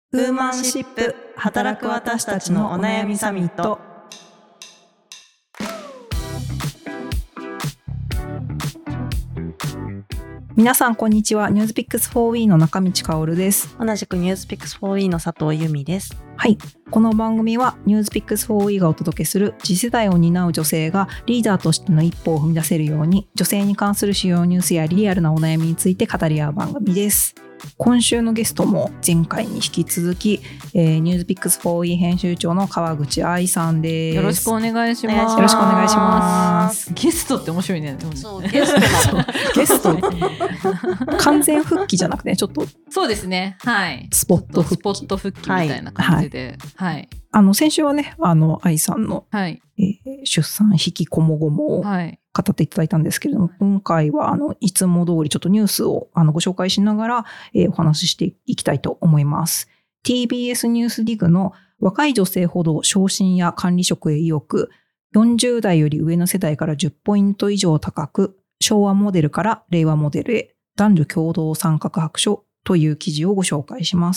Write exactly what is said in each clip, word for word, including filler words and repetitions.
ウーマンシップ働く私たちのお悩みサミット。皆さんこんにちは。ニュースピックス フォーイー の中道香です。 同じくニュースピックス フォーイー の佐藤由美です。 はい、この番組はニュースピックス フォーイー がお届けする次世代を担う女性がリーダーとしての一歩を踏み出せるように、女性に関する主要ニュースやリアルなお悩みについて語り合う番組です。今週のゲストも前回に引き続き、えー、ニュースピックス フォーイー 編集長の川口愛さんです。 よろしくお願いします。 よろしくお願いします。 ゲストって面白いね。 そう、ゲストなの。 ゲスト完全復帰じゃなくて、ちょっとそうですね。はい。 スポット復帰、 スポット復帰みたいな感じで、はい。はい、 あの先週はね、あの愛さんの、 はいえー、出産引きこもごもを語っていただいたんですけれども、はい、今回はあのいつも通りちょっとニュースをあのご紹介しながら、えー、お話ししていきたいと思います。ティービーエス ニュースディグの若い女性ほど昇進や管理職へ意欲、よんじゅう代より上の世代からじゅっポイント以上高く、昭和モデルから令和モデルへ男女共同参画白書という記事をご紹介します。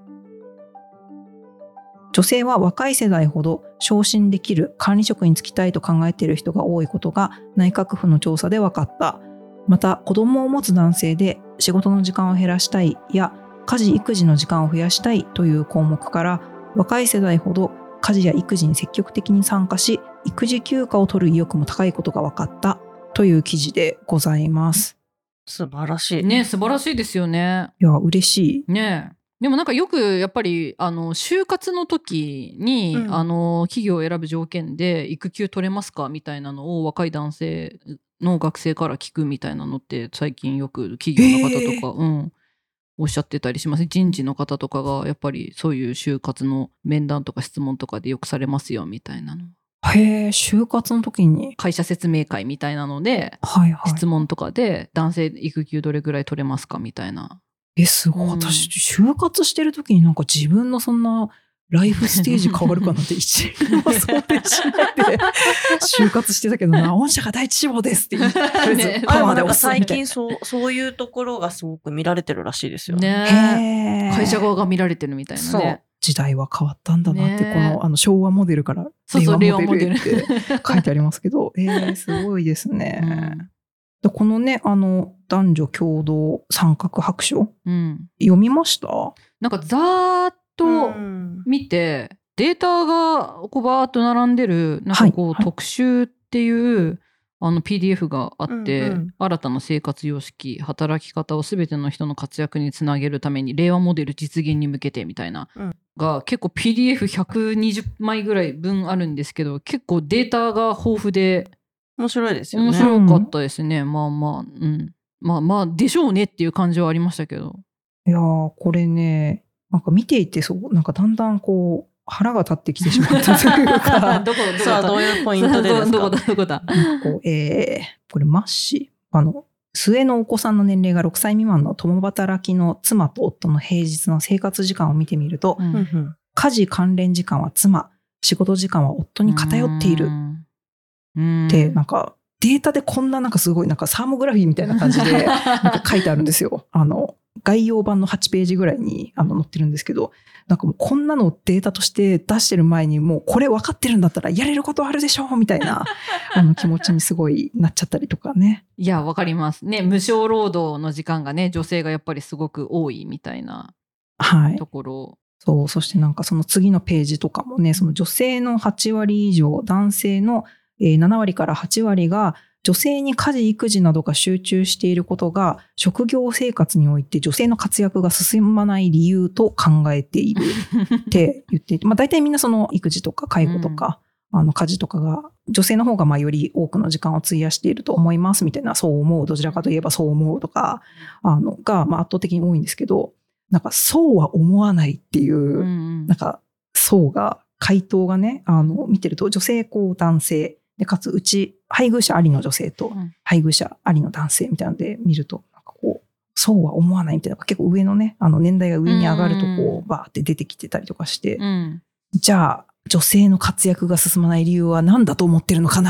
女性は若い世代ほど昇進できる管理職に就きたいと考えている人が多いことが内閣府の調査で分かった。また子供を持つ男性で仕事の時間を減らしたいや家事育児の時間を増やしたいという項目から、若い世代ほど家事や育児に積極的に参加し育児休暇を取る意欲も高いことが分かったという記事でございます。 素晴らしいね。素晴らしいですよね。 いや嬉しいね。でもなんかよくやっぱりあの就活の時に、うん、あの企業を選ぶ条件で育休取れますかみたいなのを若い男性の学生から聞くみたいなのって最近よく企業の方とか、うん、おっしゃってたりします。人事の方とかがやっぱりそういう就活の面談とか質問とかでよくされますよみたいなの。 へえ、就活の時に会社説明会みたいなので、 はいはい、 質問とかで男性育休どれぐらい取れますかみたいな。 え、すごい。私、就活してる時になんか自分のそんなライフステージ変わるかなんて一年も想定しないで就活してたけどな、御社が第一志望ですって言って、 ね、パワーで押すみたいな。最近そう、そういうところがすごく見られてるらしいですよね。会社側が見られてるみたいなね。そう。 時代は変わったんだなって、この、あの昭和モデルから令和モデルって書いてありますけど、えー、すごいですね。うんこのね、あの男女共同参画白書、うん、読みました？ なんかざーっと見て、うん、データがこうバーっと並んでるなんかこう、はい、特集っていうあの ピーディーエフ があって、うんうん、新たな生活様式、働き方をすべての人の活躍につなげるために令和モデル実現に向けてみたいな、うん、が結構 ピーディーエフひゃくにじゅうまいぐらい分あるんですけど、結構データが豊富で面白いですよね。 面白かったですね。うん、まあまあ、うん。まあまあ、でしょうねっていう感じはありましたけど。 いやー、これね、なんか見ていて、そう、なんかだんだんこう、腹が立ってきてしまったというか。 どこ、どこさあ、どういうポイントでですか？ どこだ、どこだ。 こう、えー、これ、マッシー。あの、末のお子さんの年齢がろくさい未満の共働きの妻と夫の平日の生活時間を見てみると、うん、家事関連時間は妻、仕事時間は夫に偏っている。でなんかデータでこんななんかすごいなんかサーモグラフィーみたいな感じでなんか書いてあるんですよ。あの概要版のはちページぐらいにあの載ってるんですけど、なんかもうこんなのデータとして出してる前にもうこれ分かってるんだったらやれることあるでしょみたいなあの気持ちにすごいなっちゃったりとかね。 いやわかりますね。無償労働の時間がね、女性がやっぱりすごく多いみたいなところ、はい、 そう、そしてなんかその次のページとかもね、その女性のはちわり以上、男性のななわりからはちわりが女性に家事育児などが集中していることが職業生活において女性の活躍が進まない理由と考えているって言っていて、まあ、大体みんなその育児とか介護とか、うん、あの家事とかが女性の方がまあより多くの時間を費やしていると思いますみたいな、そう思う、どちらかといえばそう思うとかあのがまあ圧倒的に多いんですけど、なんかそうは思わないっていう、うん、なんかそうが回答がね、あの見てると女性こう男性でかつうち配偶者ありの女性と配偶者ありの男性みたいなので見ると、なんかこうそうは思わないみたいな、結構上のね、あの年代が上に上がるとこうバーって出てきてたりとかして、うん、じゃあ女性の活躍が進まない理由は何だと思ってるのかな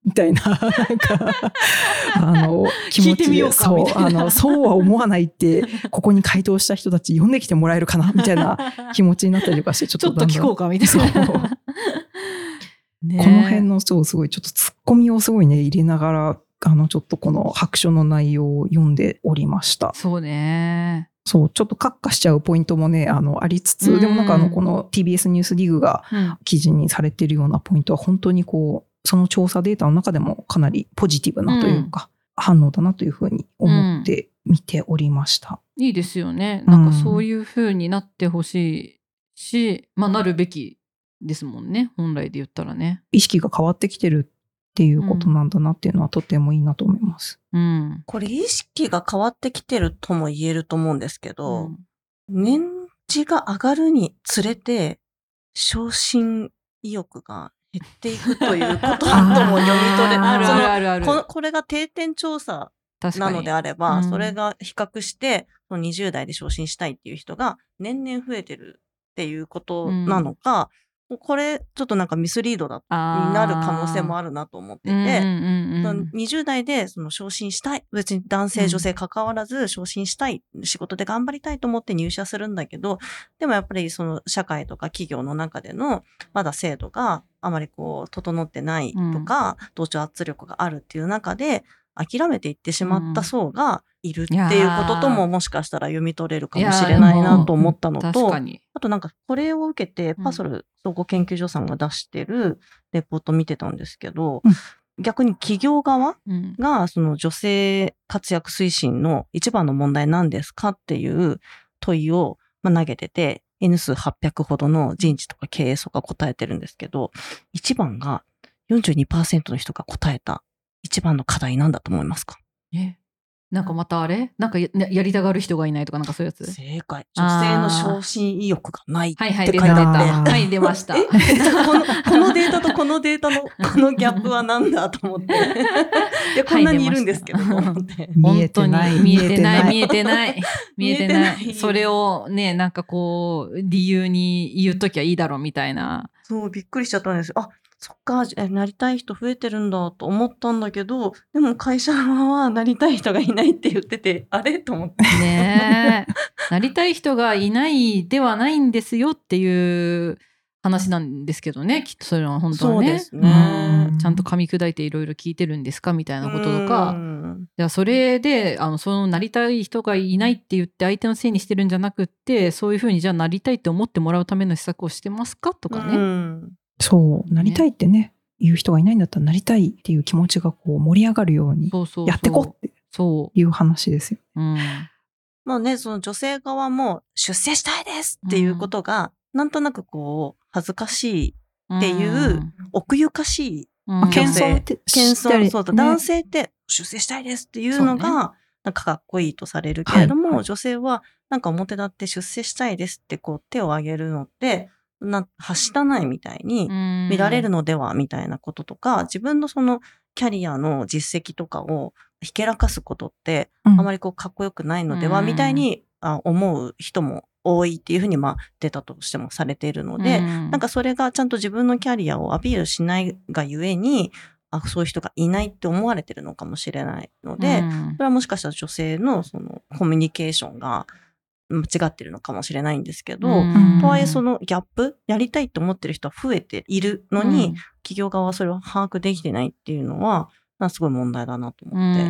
みたいな、なんか、あの、気持ちで、 聞いてみようかみたいな。 そう、あの、そうは思わないって、ここに回答した人たち呼んできてもらえるかなみたいな気持ちになったりとかして、ちょっとちょっと聞こうかみたいな。 そうね、 この辺のそうすごいちょっとツッコミをすごいね入れながら、あのちょっとこの白書の内容を読んでおりました。 そうね。 そうちょっとカッカしちゃうポイントもねあのありつつ、うん、でもなんかあのこの ティービーエス ニュースディグが記事にされているようなポイントは本当にこうその調査データの中でもかなりポジティブなというか、うん、反応だなというふうに思って見ておりました。 うん、いいですよね。なんかそういうふうになってほしいし、まあなるべきですもんね、本来で言ったらね。 意識が変わってきてるっていうことなんだなっていうのはとてもいいなと思います。 うん、 これ意識が変わってきてるとも言えると思うんですけど、うん、年次が上がるにつれて昇進意欲が減っていくということとも読み取れる。 あるあるあるある。 このこれが定点調査なのであれば、うん、それが比較してにじゅう代で昇進したいっていう人が年々増えてるっていうことなのか、うんこれちょっとなんかミスリードだになる可能性もあるなと思ってて、にじゅう代でその昇進したい、別に男性女性関わらず昇進したい、うん、仕事で頑張りたいと思って入社するんだけど、でもやっぱりその社会とか企業の中でのまだ制度があまりこう整ってないとか、うん、同調圧力があるっていう中で諦めていってしまった層がいるっていうこととももしかしたら読み取れるかもしれないなと思ったのと、あとなんかこれを受けてパソル総合研究所さんが出してるレポート見てたんですけど、うん、逆に企業側がその女性活躍推進の一番の問題なんですかっていう問いを投げてて エヌ 数はっぴゃくほどの人事とか経営層が答えてるんですけど、一番が よんじゅうにパーセント の人が答えた一番の課題なんだと思いますか？ えなんかまたあれなんか や, やりたがる人がいないとかなんかそういうやつ。 正解。女性の昇進意欲がないって書いてあって。 はいはい、出た。はい、出ました。 この。このデータとこのデータのこのギャップはなんだと思って。いや、こんなにいるんですけど、と思って。 見えてない。 見えてない。見えてない。見えてない。それをね、なんかこう、理由に言うときはいいだろうみたいな。 そう、びっくりしちゃったんですよ。あそっか、なりたい人増えてるんだと思ったんだけど、でも会社側はなりたい人がいないって言ってて、あれと思って。 ねえ。なりたい人がいないではないんですよっていう話なんですけどね、きっとそれは本当はね。 そうですね。 うん、ちゃんと噛み砕いていろいろ聞いてるんですかみたいなこととか、いやそれであのそのなりたい人がいないって言って相手のせいにしてるんじゃなくって、そういうふうにじゃあなりたいって思ってもらうための施策をしてますかとかね。 うんそうなりたいってね言う人がいないんだったらなりたいっていう気持ちがこう盛り上がるようにやってこっていう話ですよ。 そうそうそう、うん、 まあねその女性側も出世したいですっていうことが、うん、なんとなくこう恥ずかしいっていう、うん、奥ゆかしい、 うん、謙遜って謙遜そうだ、ね、男性って出世したいですっていうのが、ね、なんかかっこいいとされるけれども、はいはい、女性はなんか表立って出世したいですってこう手を挙げるのってなはしたないみたいに見られるのではみたいなこととか、自分のそのキャリアの実績とかをひけらかすことってあまりこうかっこよくないのではみたいにあ思う人も多いっていうふうにまあデータとしてもされているので、なんかそれがちゃんと自分のキャリアをアピールしないがゆえにあそういう人がいないって思われてるのかもしれないので、それはもしかしたら女性のそのコミュニケーションが間違ってるのかもしれないんですけど、とはいえそのギャップやりたいと思ってる人は増えているのに、うん、企業側はそれを把握できてないっていうのはすごい問題だなと思って、 うん、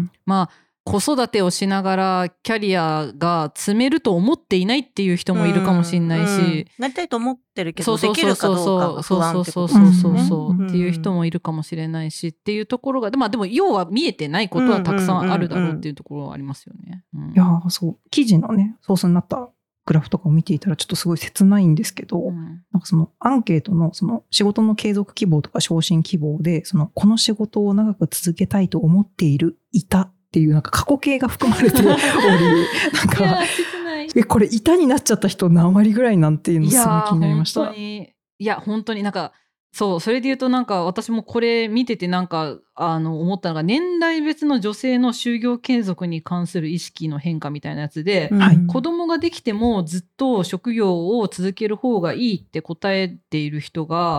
まあ子育てをしながらキャリアが積めると思っていないっていう人もいるかもしれないし、うんうん、 なりたいと思ってるけどできるかどうかが不安ってことですね。そうそうそうそうっていう人もいるかもしれないしっていうところが、まあでも要は見えてないことはたくさんあるだろうっていうところはありますよね。うんうんうん、 いやそう記事のねソースになったグラフとかを見ていたらちょっとすごい切ないんですけど、うん、なんかそのアンケートのその仕事の継続希望とか昇進希望でそのこの仕事を長く続けたいと思っているいたっていうなんか過去形が含まれておりなんかえこれいたになっちゃった人何割ぐらいなんていうのすごい気になりました。 いや本当にいや本当になんかそうそれで言うとなんか私もこれ見ててなんかあの思ったのが年代別の女性の就業継続に関する意識の変化みたいなやつで、うん、子供ができてもずっと職業を続ける方がいいって答えている人が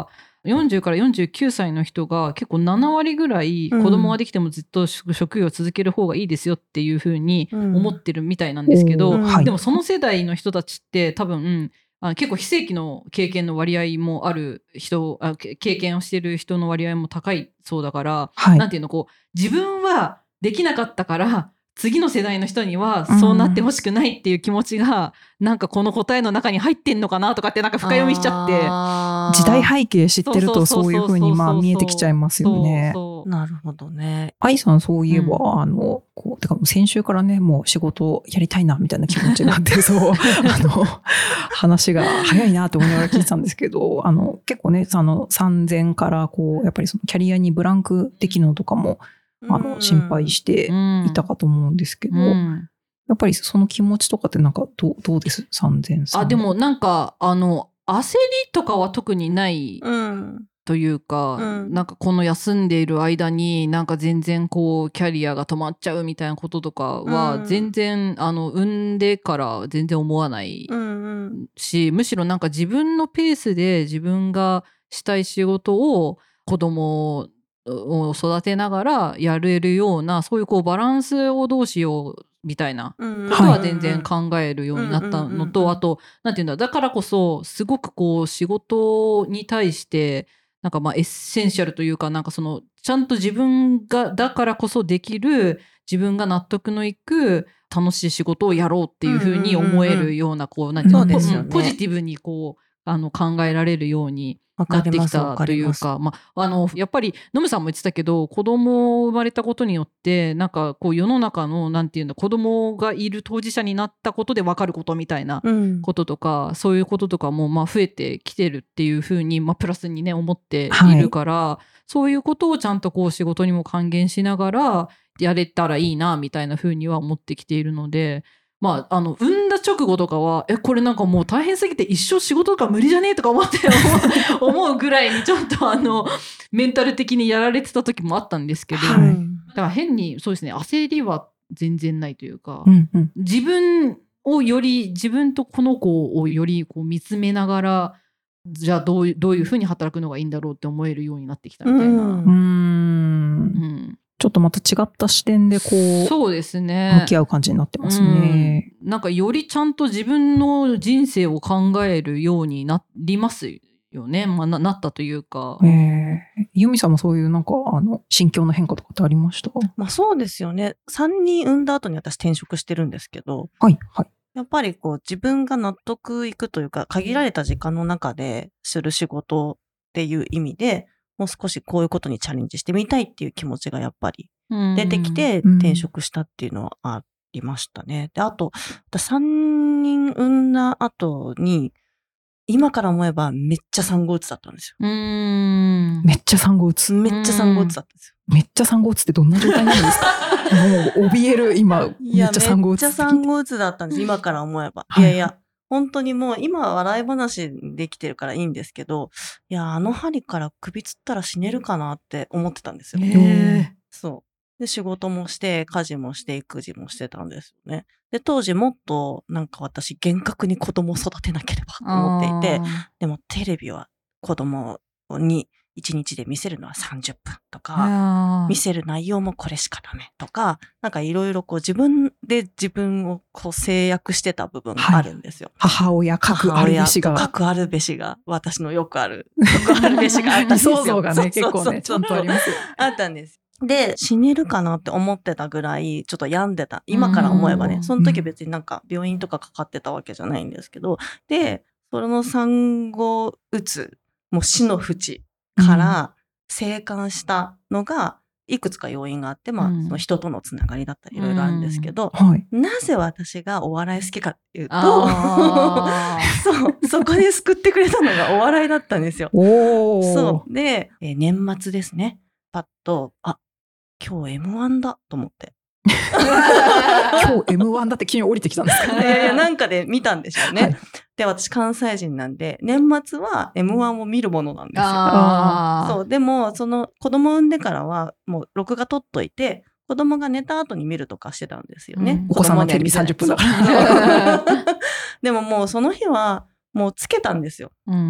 よんじゅうからよんじゅうきゅうさいの人が結構ななわりぐらい子供ができてもずっと職業を続ける方がいいですよっていう風に思ってるみたいなんですけど、 うんはい、 でもその世代の人たちって多分、うん、あ結構非正規の経験の割合もある人あ経験をしてる人の割合も高いそうだから、 はい、 なんていうのこう自分はできなかったから次の世代の人にはそうなってほしくないっていう気持ちが、うん、なんかこの答えの中に入ってんのかなとかってなんか深読みしちゃって時代背景知ってるとそういうふうにまあ見えてきちゃいますよね。 そうそうなるほどね。 愛さんそういえば、うん、あのこうてか先週からねもう仕事やりたいなみたいな気持ちになってそうあの話が早いなと思いながら聞いてたんですけどあの結構ねあのさんぜんからこうやっぱりそのキャリアにブランクできるのとかもあの心配していたかと思うんですけど、うん、やっぱりその気持ちとかってなんかどう、どうですさんぜんさん。 あでもなんかあの焦りとかは特にないというか、うん、なんかこの休んでいる間になんか全然こうキャリアが止まっちゃうみたいなこととかは全然、うん、あの産んでから全然思わないし、うんうん、むしろなんか自分のペースで自分がしたい仕事を子供を育てながらやれるようなそういうこうバランスをどうしようみたいなことは全然考えるようになったのと、あとなんていうんだだからこそすごくこう仕事に対してなんかまあエッセンシャルというかなんかそのちゃんと自分がだからこそできる自分が納得のいく楽しい仕事をやろうっていうふうに思えるようなこうなんていうのポジティブにこうあの考えられるようになってきたというか、まあ、あのやっぱりノムさんも言ってたけど子供生まれたことによってなんかこう世の中のなんていうんだ子供がいる当事者になったことで分かることみたいなこととか、うん、そういうこととかもまあ増えてきてるっていうふうに、まあ、プラスにね思っているから、はい、そういうことをちゃんとこう仕事にも還元しながらやれたらいいなみたいなふうには思ってきているので。まあ、あの産んだ直後とかはえこれなんかもう大変すぎて一生仕事とか無理じゃねえとか思って思うぐらいにちょっとあのメンタル的にやられてた時もあったんですけど、はい、だから変にそうですね焦りは全然ないというか、うんうん、自分をより自分とこの子をよりこう見つめながらじゃあどういう、どういうふうに働くのがいいんだろうって思えるようになってきたみたいな。うん、 うんちょっとまた違った視点でこうそうですね向き合う感じになってますね、 うん、なんかよりちゃんと自分の人生を考えるようになりますよね、まあ、な, なったというか、えー、ユミさんもそういうなんかあの心境の変化とかってありました？ まあそうですよね。さんにん産んだ後に私転職してるんですけど、 はいはい、 やっぱりこう自分が納得いくというか限られた時間の中でする仕事っていう意味でもう少しこういうことにチャレンジしてみたいっていう気持ちがやっぱり出てきて転職したっていうのはありましたね。で、あと、さんにん産んだ後に、今から思えばめっちゃ産後うつだったんですよ。 うーんめっちゃ産後うつ。 めっちゃ産後うつだったんですよ。 めっちゃ産後うつってどんな状態なんですか？もう怯える今、めっちゃ産後うつ。 めっちゃ産後うつだったんです。今から思えば。いやいや。本当にもう今は笑い話できてるからいいんですけど、いや、あの針から首つったら死ねるかなって思ってたんですよ。 えー、 そう。で、仕事もして、家事もして、育児もしてたんですよね。で、当時もっとなんか私厳格に子供を育てなければと思っていて、でもテレビは子供にいちにちで見せるのはさんじゅっぷんとか、見せる内容もこれしかダメとか、なんかいろいろこう自分で自分をこう制約してた部分があるんですよ。 はい、母親、核あるべしが。 核あるべしが、私のよくある、よくあるべしがあったんですよ。 想像がね、結構ね、ちゃんとあります。 あったんです。で、死ねるかなって思ってたぐらい、ちょっと病んでた。今から思えばね、その時別になんか病院とかかかってたわけじゃないんですけど、で、それの産後うつ、もう死の淵から生還したのが、いくつか要因があって、まあ、その人とのつながりだったりいろいろあるんですけど、 はい、 なぜ私がお笑い好きかっていうと、そう、そこで救ってくれたのがお笑いだったんですよ。そう。で、えー、年末ですね。パッと、あ、今日 エムワン だと思って。 今日 エムワン だって急に降りてきたんですか？ いやいや、なんかで見たんでしょうね。はい、で、私関西人なんで、年末は エムワン を見るものなんですよ。あそう、でも、その子供産んでからは、もう録画撮っといて、子供が寝た後に見るとかしてたんですよね。うん、 お子さんのテレビさんじゅっぷんだから。 でももうその日は、もうつけたんですよ。 うん、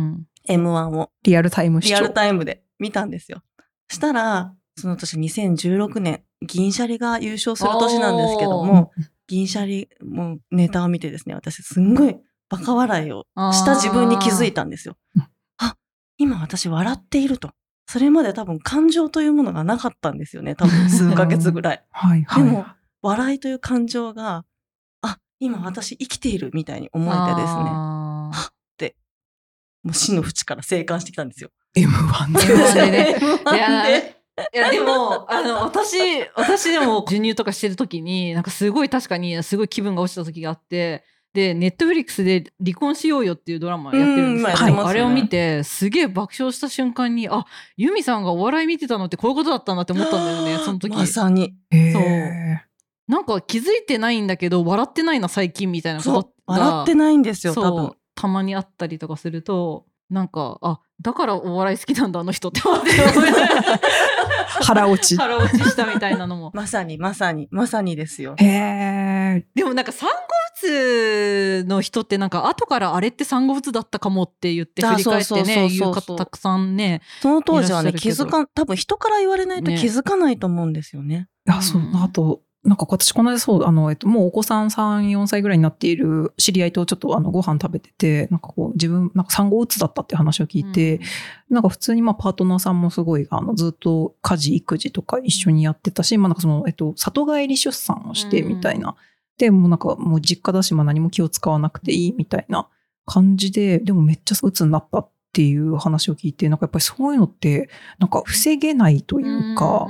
エムワン を。 リアルタイム視聴。 リアルタイムで見たんですよ。したら、その年にせんじゅうろくねん、銀シャリが優勝する年なんですけども、銀シャリもネタを見てですね、私すんごいバカ笑いをした自分に気づいたんですよ。あ、今私笑っていると。それまで多分感情というものがなかったんですよね。多分数ヶ月ぐらい。 はいはい。 でも、笑いという感情が、あ、今私生きているみたいに思えてですね、はっって、もう死の淵から生還してきたんですよ。 エムワン で。 エムワン でね。いや、いやでも、あの、私、私でも授乳とかしてる時に、なんかすごい確かにすごい気分が落ちた時があって、で、ネットフリックスで離婚しようよっていうドラマやってるんですけど、ね、あれを見て、すげえ爆笑した瞬間に、あ、ユミさんがお笑い見てたのってこういうことだったんだって思ったんだよね、その時。 まさに。 そう。なんか気づいてないんだけど、笑ってないな最近みたいなことが。笑ってないんですよ、多分。 たまにあったりとかすると、なんか、あ、だからお笑い好きなんだ、あの人って思って。 腹落ち。 腹落ちしたみたいなのも。 まさに、まさに、まさにですよ。 へー。 でもなんか産後うつの人ってなんか後からあれって産後うつだったかもって言って振り返ってね、言う方たくさんね。 その当時はね、気づかん、多分人から言われないと気づかないと思うんですよね。 いや、そう、あと、なんか私この間そう、あの、えっと、もうお子さんさん、よんさいぐらいになっている知り合いとちょっとあのご飯食べてて、なんかこう自分、なんか産後うつだったって話を聞いて、うん、なんか普通にまあパートナーさんもすごい、あの、ずっと家事、育児とか一緒にやってたし、まあなんかその、えっと、里帰り出産をしてみたいな。うん、で、もうなんかもう実家だし、まあ何も気を使わなくていいみたいな感じで、でもめっちゃうつになったっていう話を聞いて、なんかやっぱりそういうのって、なんか防げないというか、うん、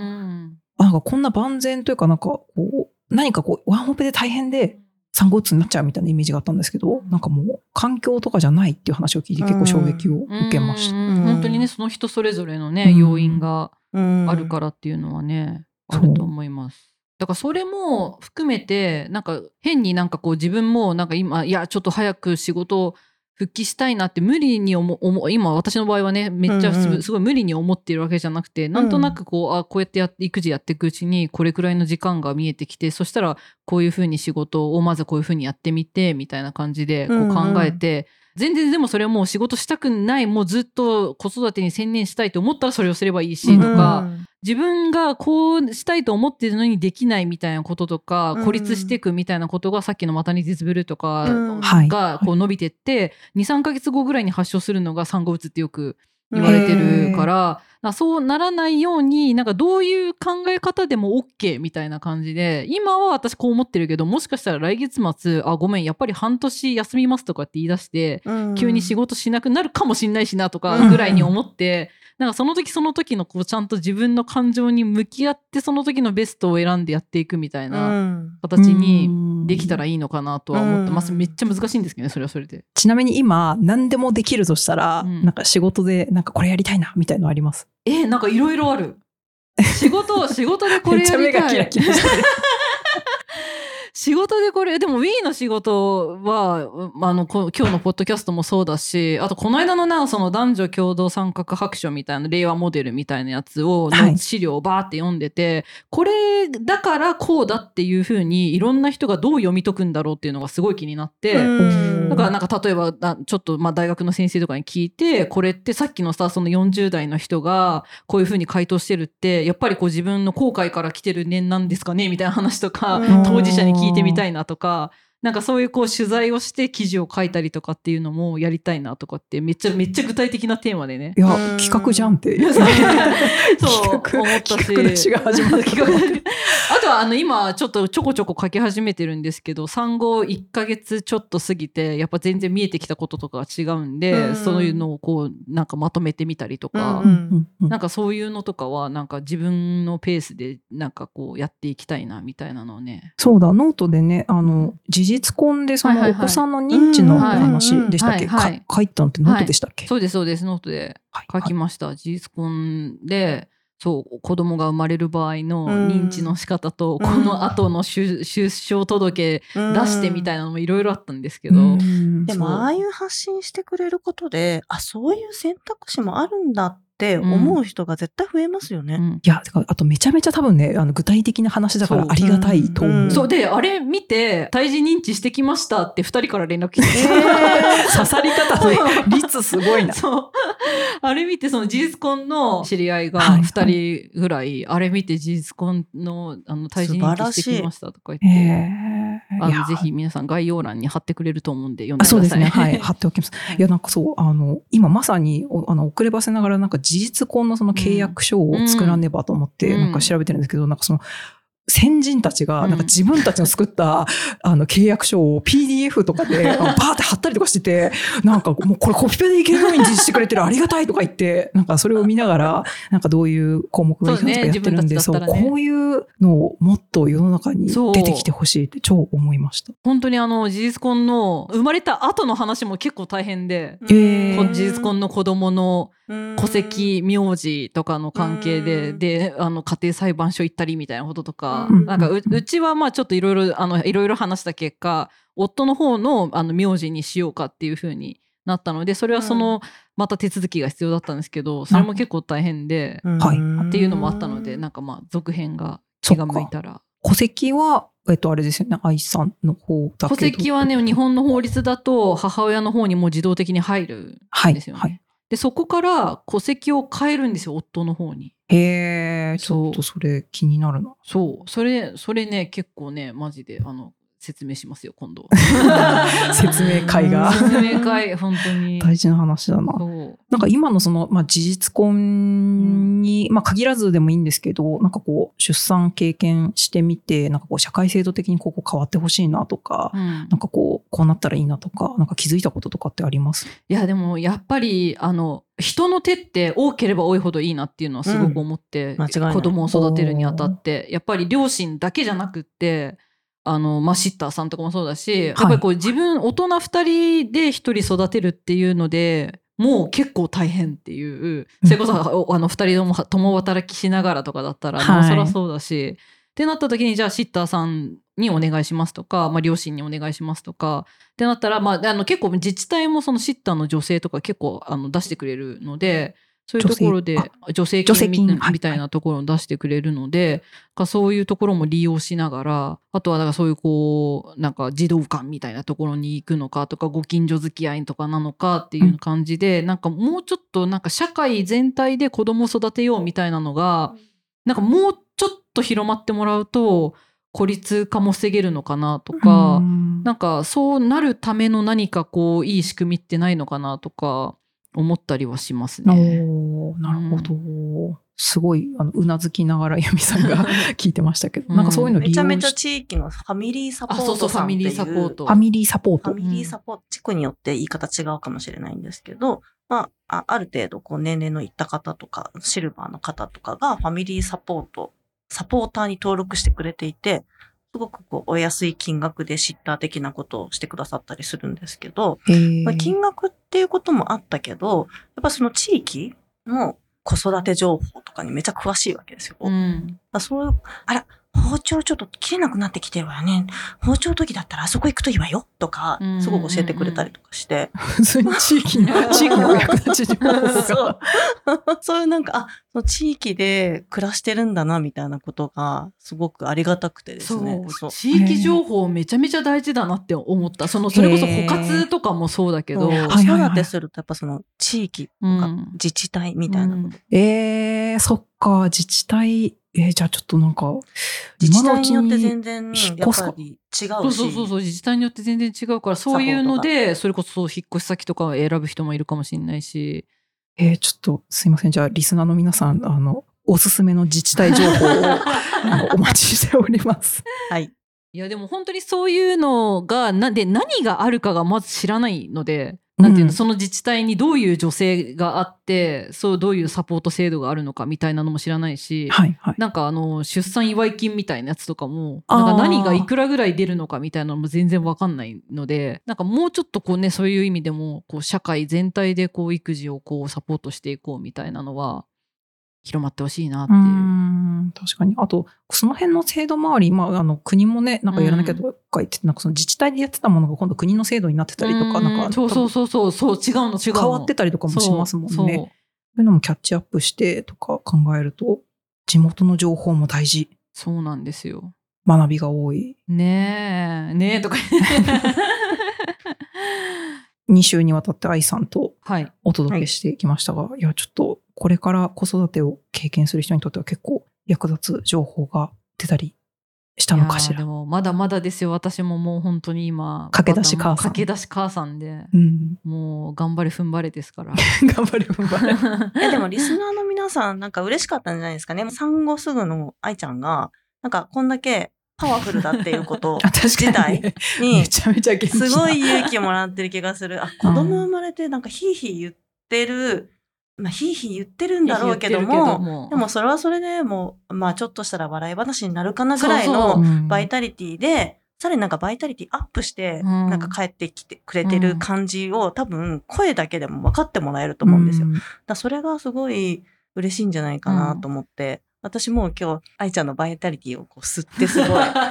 なんかこんな万全というかなんかこう、何かこうワンオペで大変で産後うつになっちゃうみたいなイメージがあったんですけど、なんかもう環境とかじゃないっていう話を聞いて結構衝撃を受けました。 うんうん、本当にね、その人それぞれのね、うん、要因があるからっていうのはね、あると思います。だからそれも含めて、なんか変になんかこう自分もなんか今、いやちょっと早く仕事を復帰したいなって無理に思う、今私の場合はね、めっちゃすごい無理に思っているわけじゃなくて、うんうん、なんとなくこう、あ、こうやってやって育児やっていくうちにこれくらいの時間が見えてきて、そしたらこういうふうに仕事をまずこういうふうにやってみてみたいな感じでこう考えて、うんうん、全然でもそれはもう仕事したくない、もうずっと子育てに専念したいと思ったらそれをすればいいしとか、うん、自分がこうしたいと思ってるのにできないみたいなこととか、うん、孤立していくみたいなことがさっきのマタニティズブルーとかがこう伸びてって、うん、にさんかげつごぐらいに発症するのが産後うつってよく言われてるから、うん、そうならないようになんかどういう考え方でも OK みたいな感じで、今は私こう思ってるけど、もしかしたら来月末、あ、ごめんやっぱり半年休みますとかって言い出して、うん、急に仕事しなくなるかもしんないしなとかぐらいに思って、うんなんかその時その時のこうちゃんと自分の感情に向き合ってその時のベストを選んでやっていくみたいな形にできたらいいのかなとは思ってます。めっちゃ難しいんですけどね、それはそれで。 ちなみに今何でもできるとしたら、うん、なんか仕事でなんかこれやりたいなみたいなのあります？ え、なんかいろいろある。仕事仕事でこれやりたい。めっちゃ目がキラキラしてる。仕事でこれ、でも Wii の仕事は、あの、今日のポッドキャストもそうだし、あとこの間のな、その男女共同参画白書みたいな、令和モデルみたいなやつを、の資料をバーって読んでて、はい、これだからこうだっていうふうに、いろんな人がどう読み解くんだろうっていうのがすごい気になって、だからなんか例えば、ちょっとまあ大学の先生とかに聞いて、これってさっきのさ、そのよんじゅう代の人がこういうふうに回答してるって、やっぱりこう自分の後悔から来てる念なんですかねみたいな話とか、当事者に聞いてみたいなとか、なんかそういうこう取材をして記事を書いたりとかっていうのもやりたいなとかってめっちゃめっちゃ具体的なテーマでね。 いや企画じゃんって。そう思ったし。企画出しが始まる。あとはあの今ちょっとちょこちょこ書き始めてるんですけど、産後いっかげつちょっと過ぎてやっぱ全然見えてきたこととかが違うんで、うん、そういうのをこうなんかまとめてみたりとか、うん、なんかそういうのとかはなんか自分のペースでなんかこうやっていきたいなみたいなのをね。 そうだ、ノートでね、あの事実婚でそのお子さんの認知の話でしたっけ、書いたのってノートでしたっけ？ はい、そうですそうです、ノートで書きました。はいはい、事実婚でそう子供が生まれる場合の認知の仕方と、この後の出生届出してみたいなのもいろいろあったんですけど、 でもああいう発信してくれることで、あ、そういう選択肢もあるんだって思う人が絶対増えますよね。うん、 いや、あとめちゃめちゃ多分ね、あの具体的な話だからありがたいと思う。 そう、そうで、あれ見て胎児認知してきましたってふたりから連絡来て、えー、 刺さり方で率すごいな。 そうあれ見てその事実婚の知り合いがふたりぐらい、はいはい、あれ見て事実婚のあの退治人気してきましたとか言って、えー、あのぜひ皆さん概要欄に貼ってくれると思うんで読んでください。 そうですね、はい、貼っておきます。いやなんかそうあの今まさにあの遅ればせながらなんか事実婚のその契約書を作らねばと思ってなんか調べてるんですけど、うん、なんかその先人たちがなんか自分たちの作った、うん、あの契約書を ピーディーエフ とかでバーって貼ったりとかしてて、なんかもうこれコピペでいけるように実施してくれてるありがたいとか言って、なんかそれを見ながらなんかどういう項目がいいかとかやってるんで、そう、ね、こういうのをもっと世の中に出てきてほしいって超思いました。 本当にあの事実婚の生まれた後の話も結構大変で、えー、事実婚の子供の戸籍名字とかの関係でであの家庭裁判所行ったりみたいなこととか、なんか う, うちはまあちょっといろいろあのいろいろ話した結果、夫の方のあの名字にしようかっていう風になったので、それはそのまた手続きが必要だったんですけど、それも結構大変で、はい、っていうのもあったので、なんかまあ続編が気が向いたら。 戸籍はえっとあれですよね、愛さんの方だけど。 戸籍はね、日本の法律だと母親の方にも自動的に入るんですよね。はいはい、でそこから戸籍を変えるんですよ、夫の方に。 へえ、ちょっとそれ気になるな。 そうそれそれね結構ねマジであの説明しますよ今度。 説明会が説明会本当に大事な話だな。なんか今のその、まあ、事実婚に、うん、まあ、限らずでもいいんですけど、なんかこう出産経験してみて、なんかこう社会制度的にここ変わってほしいなとか、うん、なんかこうこうなったらいいなとか、なんか気づいたこととかってあります？ いやでもやっぱりあの人の手って多ければ多いほどいいなっていうのはすごく思って、うん、子供を育てるにあたってやっぱり両親だけじゃなくってあのまあ、シッターさんとかもそうだし、はい、やっぱりこう自分大人ふたりでひとり育てるっていうのでもう結構大変っていう、それこそあのふたりとも共働きしながらとかだったらなおさらそうだし、はい、ってなった時にじゃあシッターさんにお願いしますとか、まあ、両親にお願いしますとかってなったら、まあ、あの結構自治体もそのシッターの女性とか結構あの出してくれるので、そういうところで助成金 み, みたいなところを出してくれるので、はい、そういうところも利用しながら、あとはだからそういうこうなんか児童館みたいなところに行くのかとか、ご近所付き合いとかなのかっていう感じで、うん、なんかもうちょっとなんか社会全体で子供を育てようみたいなのがなんかもうちょっと広まってもらうと孤立化も防げるのかなとか、うん、なんかそうなるための何かこういい仕組みってないのかなとか思ったりはしますね。 おー、なるほど、うん、すごいあのうなずきながら由美さんが聞いてましたけど、うん、なんかそういうの利用しめちゃめちゃ地域のファミリーサポートさんっていう、 そうそうファミリーサポートファミリーサポートファミリーサポート、地区によって言い方違うかもしれないんですけど、まあ、ある程度こう年齢のいった方とかシルバーの方とかがファミリーサポートサポーターに登録してくれていて、すごくこうお安い金額でシッター的なことをしてくださったりするんですけど、まあ、金額っていうこともあったけど、やっぱその地域の子育て情報とかにめちゃ詳しいわけですよ。うん、そういう、あら、包丁ちょっと切れなくなってきてるわよね。包丁時だったらあそこ行くといいわよとか、すごく教えてくれたりとかして。 普通に地域の、地域のお役立ち情報が。 そう。そういうなんか、あ、その地域で暮らしてるんだなみたいなことがすごくありがたくてですね。 そう。そう地域情報めちゃめちゃ大事だなって思った。その、それこそ枯渇とかもそうだけど。 子育てするとやっぱその地域とか自治体みたいなこと。うん、 えー、そっか、自治体。えー、じゃあちょっとなんか自治体によって全然やっぱり違うし、そうそうそうそう、自治体によって全然違うから、そういうのでそれこそ引っ越し先とかを選ぶ人もいるかもしれないし、 えー、ちょっとすいません、じゃあリスナーの皆さん、あのおすすめの自治体情報をお待ちしております。 はい。 いやでも本当にそういうのがなで何があるかがまず知らないので。なんていうの、うん、その自治体にどういう助成があってそうどういうサポート制度があるのかみたいなのも知らないし、はいはい、なんかあの出産祝い金みたいなやつとかもなんか何がいくらぐらい出るのかみたいなのも全然分かんないので、なんかもうちょっとこうねそういう意味でもこう社会全体でこう育児をこうサポートしていこうみたいなのは広まってほしいなっていう。うーん、確かに。あとその辺の制度周り、まあ、あの国もねなんかやらなきゃとか言って、うん、なんかその自治体でやってたものが今度国の制度になってたりとか、なんかそうそうそうそうそう違うの違うの変わってたりとかもしますもんね。そうそういうのもキャッチアップしてとか考えると地元の情報も大事。 そうなんですよ。 学びが多い。 ねえねえとか。 に週にわたって愛さんとお届けしてきましたが、はい、いやちょっとこれから子育てを経験する人にとっては結構役立つ情報が出たりしたのかしら。 でもまだまだですよ。私ももう本当に今駆け出し母さん駆け出し母さんで、 うん、 もう頑張れ踏ん張れですから頑張れ踏ん張れえでもリスナーの皆さんなんか嬉しかったんじゃないですかね。産後すぐの愛ちゃんがなんかこんだけパワフルだっていうこと自体にめちゃめちゃ元気なすごい勇気もらってる気がする。あ、子供生まれてなんかヒーヒー言ってる、まあヒーヒー言ってるんだろうけども、でもそれはそれでもうまあちょっとしたら笑い話になるかなぐらいのバイタリティで、さらになんかバイタリティアップしてなんか帰ってきてくれてる感じを多分声だけでも分かってもらえると思うんですよ。だからそれがすごい嬉しいんじゃないかなと思って。私も今日愛ちゃんのバイタリティをこう吸ってすごい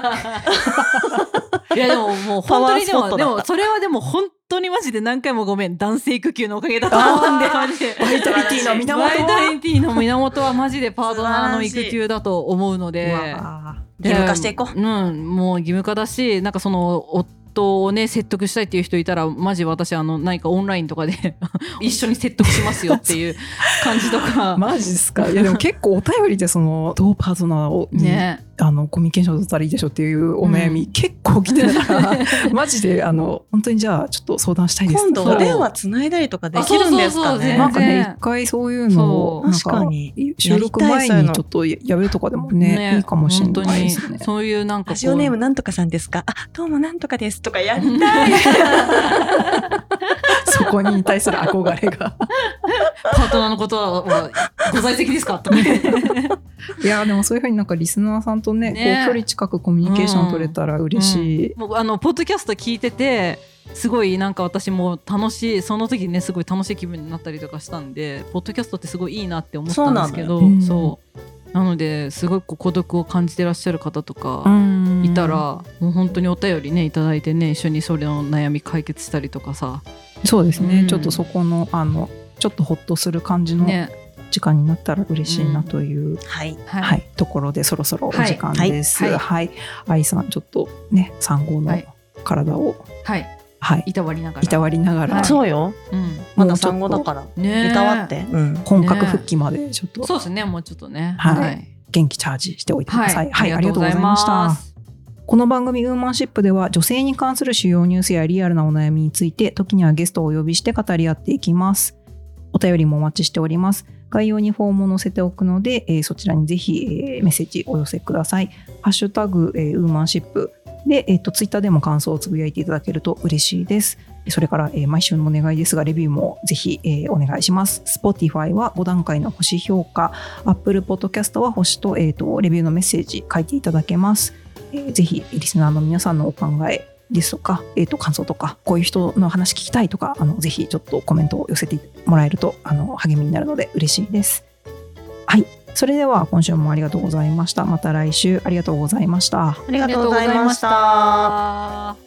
いやでももう本当にでもでもそれはでも本当にマジで何回もごめん男性育休のおかげだと思うんでマジでバイタリティの源はバイタリティの源はマジでパートナーの育休だと思うので義務化していこう。 うんもう義務化だしなんかその夫をね説得したいっていう人いたらマジ私あの何かオンラインとかで一緒に説得しますよっていう感じとかマジですか。いやでも結構お便りでそのどうパートナーをねあのコミュニケーション取ったらいいでしょっていうお悩み、うん、結構来てたからマジであの本当にじゃあちょっと相談したいです。 今度お電話つないだりとかできるんですかね。 なんかね一回そういうのをなんか収録前にちょっとやるとかでも ね, ねいいかもしれないですね。 そういうなんかラジオネームなんとかさんですか、あどうもなんとかですとかやりたいそこに対する憧れがパートナーのことはご在籍ですかとかいやでもそういうふうになんかリスナーさんと ね, ねこう距離近くコミュニケーション取れたら嬉しい、 うんうん、もうあのポッドキャスト聞いててすごいなんか私も楽しいその時ねすごい楽しい気分になったりとかしたんでポッドキャストってすごいいいなって思ったんですけど そうな、うん、そうなのですごい孤独を感じてらっしゃる方とかいたらもう本当にお便りねいただいてね一緒にそれの悩み解決したりとかさ。 そうですね、うん、ちょっとそこのあのちょっとホッとする感じの時間になったら嬉しいなという、ねうんはいはい、ところでそろそろお時間です。はいはいはい、愛さんちょっとね産後の体を、 はいはい、 いたわりながらいたわりながら、はい、 そうよ、うん、まだ産後だからねいたわって、うん、 本格復帰までちょっと、 ね、そうですねもうちょっとね、 はいはい、元気チャージしておいてください。はい、はい、ありがとうございました。この番組ウーマンシップでは女性に関する主要ニュースやリアルなお悩みについて時にはゲストをお呼びして語り合っていきます。お便りもお待ちしております。概要にフォームを載せておくので、えー、そちらにぜひ、えー、メッセージお寄せください。ハッシュタグ、えー、ウーマンシップで、えー、とツイッターでも感想をつぶやいていただけると嬉しいです。それから、えー、毎週のお願いですがレビューもぜひ、えー、お願いします。 Spotify はご段階の星評価、 Apple Podcast は星と、えー、とレビューのメッセージ書いていただけます。えー、ぜひリスナーの皆さんのお考えですとか、えー、と感想とかこういう人の話聞きたいとかあのぜひちょっとコメントを寄せてもらえるとあの励みになるので嬉しいです。はい、それでは今週もありがとうございました。また来週ありがとうございました。 ありがとうございました。